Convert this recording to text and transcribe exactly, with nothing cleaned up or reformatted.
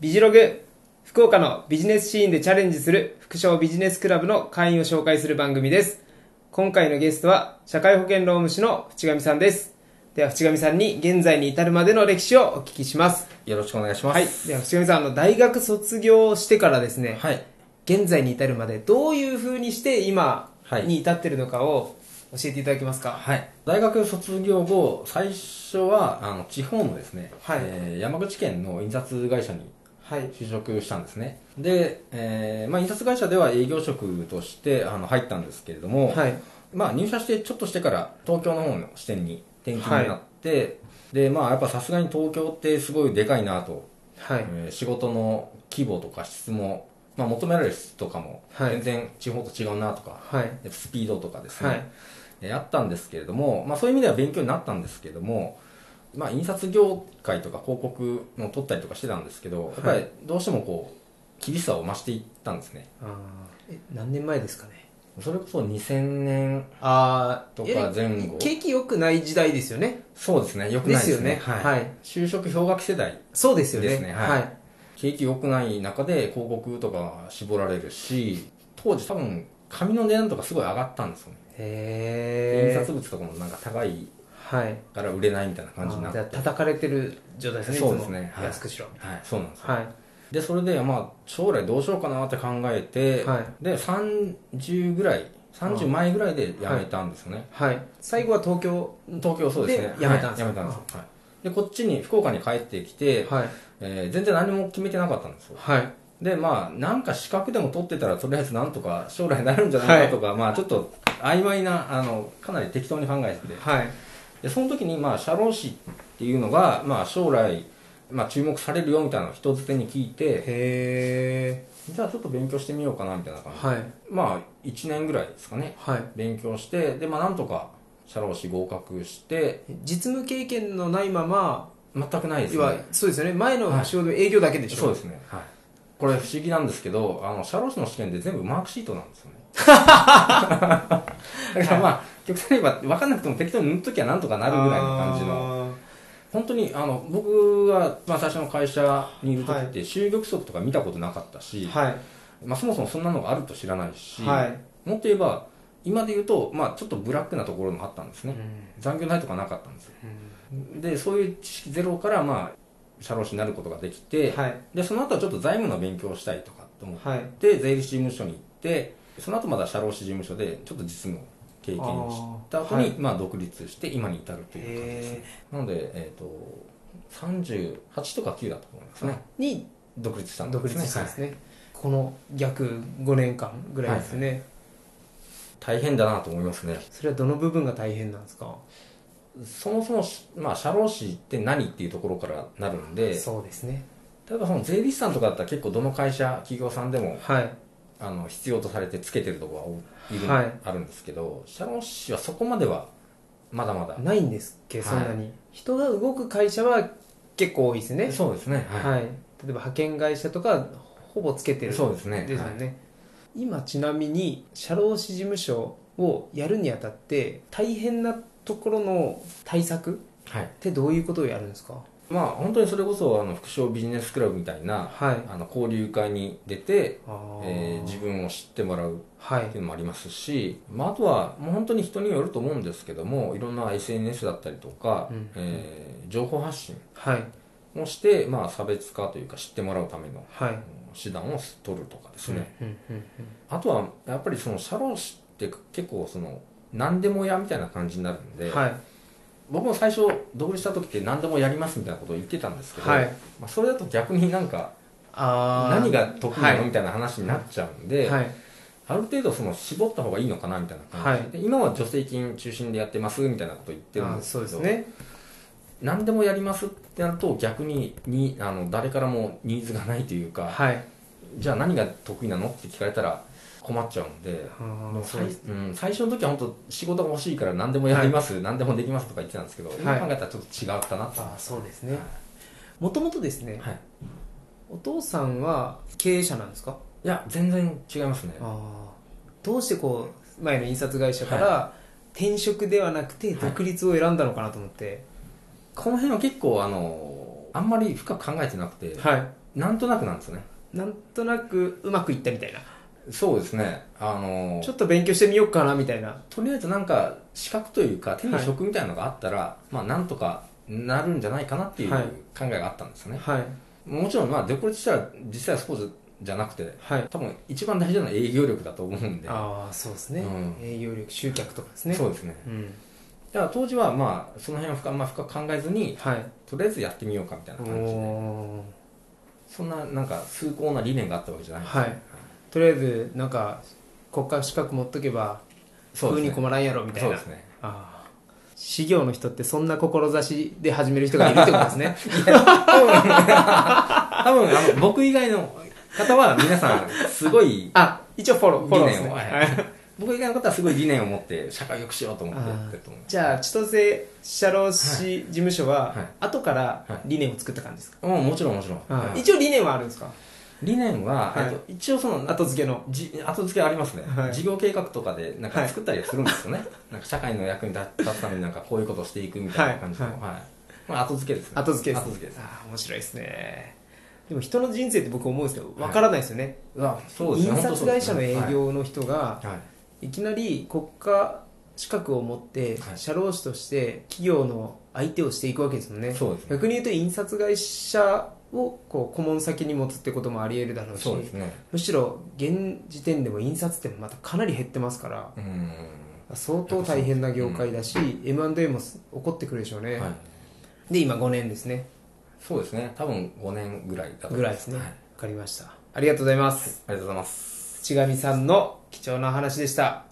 ビジログ、福岡のビジネスシーンでチャレンジする福商ビジネスクラブの会員を紹介する番組です。今回のゲストは社会保険労務士の淵上さんです。では淵上さんに現在に至るまでの歴史をお聞きします。 よろしくお願いします。 はい。では淵上さん、あの大学卒業してからですね、 はい、 現在に至るまでどういう風にして今に至っているのかを教えていただけますか。 はい、大学卒業後、最初はあの地方のですね、はい、えー、山口県の印刷会社に就職したんですね。で、えーまあ、印刷会社では営業職としてあの入ったんですけれども、はい、まあ、入社してちょっとしてから東京の方の支店に転勤になって、はい、でまあ、やっぱさすがに東京ってすごいでかいなと、はい、えー、仕事の規模とか質も、まあ、求められる質とかも全然地方と違うなとか、はい、スピードとかですね、はい、えー、あったんですけれども、まあ、そういう意味では勉強になったんですけれども、まあ、印刷業界とか広告の取ったりとかしてたんですけど、やっぱりどうしてもこう厳しさを増していったんですね。 あ、え何年前ですかね。 それこそにせんねんとか前後。 景気良くない時代ですよね。 そうですね、良くないですね。 ですよね、はい、 就職氷河期世代ですね。 そうですよね、 はい、景気良くない中で広告とか絞られるし、当時多分紙の値段とかすごい上がったんですよね。 へー。 印刷物とかもなんか高いから売れないみたいな感じになって、はい、 叩かれてる状態ですね。 そうですね、 安くしろ、 はい、はい、そうなんですよ、 はい、 でそれでまあ将来どうしようかなって考えて、はい、でさんじゅうぐらいさんじゅう前ぐらいで辞めたんですよね。 はい、はい、最後は東京東京そうですね、 辞めたんです、 はい、辞めたんです、はい、でこっちに福岡に帰ってきて、はい、えー、全然何も決めてなかったんですよ。はい、でまあなんか資格でも取ってたらとりあえずなんとか将来になるんじゃないかとか、はい、まあちょっと曖昧なあのかなり適当に考えてて、はい、でその時にまあ社労士っていうのが、まあ、将来、まあ、注目されるよみたいなのを人づてに聞いて、へー、じゃあちょっと勉強してみようかなみたいな感じで、はい、まあいちねんぐらいですかね、はい、勉強してで、まあ、なんとか社労士合格して。 実務経験のないまま全くないですね。 そうですよね、前の仕事、はい、営業だけでしょ。 そうですね、はい、これ不思議なんですけど、あの社労士の試験で全部マークシートなんですよね。だからまあ極端に言えば分かんなくても適当に塗っときゃなんとかなるぐらいの感じの、本当にあの僕は、まあ、最初の会社にいる時って就業規則とか見たことなかったし、はい、まあ、そもそもそんなのがあると知らないし、はい、もっと言えば今で言うと、まあ、ちょっとブラックなところもあったんですね、うん、残業代とかなかったんですよ、うん、でそういう知識ゼロから、まあ、社労士になることができて、はい、でその後はちょっと財務の勉強をしたいとかと思って、はい、税理士事務所に行って、その後まだ社労士事務所でちょっと実務を経験した後に、はい、まあ、独立して今に至るという感じですね。なので、えー、とさんじゅうはちとかきゅうだと思いますねに独立したんですね。 独立したんですね、はい、この約ごねんかんぐらいですね、はい、 大変だなと思いますね。 それはどの部分が大変なんですか。 そもそも、まあ、社労士って何っていうところからなるんで、 そうですね、 例えばその税理士さんとかだったら結構どの会社企業さんでも、はい、あの必要とされてつけてるところがいる、はい、あるんですけど、社労士はそこまではまだまだないんですっけ、そんなに、はい、人が動く会社は結構多いですね。 そうですね、はい、はい、例えば派遣会社とかほぼつけてる。 そうですね、 ですよね、はい、今ちなみに社労士事務所をやるにあたって大変なところの対策ってどういうことをやるんですか。 まあ、本当にそれこそあの福商ビジネスクラブみたいな、はい、あの交流会に出て、えー、自分を知ってもらうっていうのもありますし、はい、まあ、あとはもう本当に人によると思うんですけども、いろんな エスエヌエス だったりとか、うん、えー、情報発信をして、まあ、差別化というか知ってもらうための、はい、手段を取るとかですね、うんうんうんうん、あとはやっぱりその社労士って結構その何でもやみたいな感じになるんで、はい、僕も最初独立した時って何でもやりますみたいなことを言ってたんですけど、はい、まあ、それだと逆になんか何が得意なの、はい、みたいな話になっちゃうんで、はい、ある程度その絞った方がいいのかなみたいな感じで、はい、今は助成金中心でやってますみたいなことを言ってるんですけど、そうですね、何でもやりますってなると逆ににあの誰からもニーズがないというか、はい、じゃあ何が得意なのって聞かれたら困っちゃうんで、最, うん、最初の時は本当仕事が欲しいから何でもやります、はい、何でもできますとか言ってたんですけど、はい、今考えたらちょっと違ったなと。 あ、そうですね、もともとですね、はい、お父さんは経営者なんですか。 いや全然違いますね。 あ、どうしてこう前の印刷会社から転職ではなくて独立を選んだのかなと思って、はい、 この辺は結構あのあんまり深く考えてなくて、はい、 なんとなくなんですね。 なんとなくうまくいったみたいな。 そうですね。あのー、 ちょっと勉強してみようかなみたいな。 とりあえずなんか資格というか手に職みたいなのがあったら、はい、まあなんとかなるんじゃないかなっていう考えがあったんですよね。はい、もちろんまあ独立したら実際はスポーツじゃなくて、はい、多分一番大事なのは営業力だと思うんで。 ああ、そうですね、うん、営業力、集客とかですね。 そうですね、うん、だから当時はまあその辺は深,、まあ、深く考えずに、はい、とりあえずやってみようかみたいな感じで、そんななんか崇高な理念があったわけじゃないですね、はい、 とりあえずなんか国家資格持っとけば食うに困らんやろみたいな。そうですね。ああ、事業の人ってそんな志で始める人がいるってことですね。いや多分多分あの僕以外の方は皆さんすごいあ、一応フォロー、フォローですね。 僕以外の方はすごい理念を持って社会を良くしようと思ってやってると思う。 じゃあ千歳社労士事務所は後から理念を作った感じですか？ はいはい、もちろんもちろん、 はい、一応理念はあるんですか？ 理念は、はい、えっと、一応その後付けのじ後付けありますね、はい、事業計画とかでなんか作ったりするんですよね、はい、なんか社会の役に立つためになんかこういうことをしていくみたいな感じの、はいはいはい、まあ、後付けですね。 後付けです、ね、 後付けです。 あ、面白いですね。でも人の人生って僕思うんですけど分からないですよね、はい、そうですね。印刷会社の営業の人が、はいはい、いきなり国家資格を持って社労士として企業の相手をしていくわけですもんね。そうですね。逆に言うと印刷会社をこう顧問先に持つってこともあり得るだろうし、そうですね、むしろ現時点でも印刷ってまたかなり減ってますから、うん、相当大変な業界だし、うん、エムアンドエー も起こってくるでしょうね、はい、で今ごねんですね。 そうですね、多分ごねんぐらいだと思います。 ぐらいですね、はい、分かりました。ありがとうございます、 はい、ありがとうございます。 淵上さんの貴重な話でした。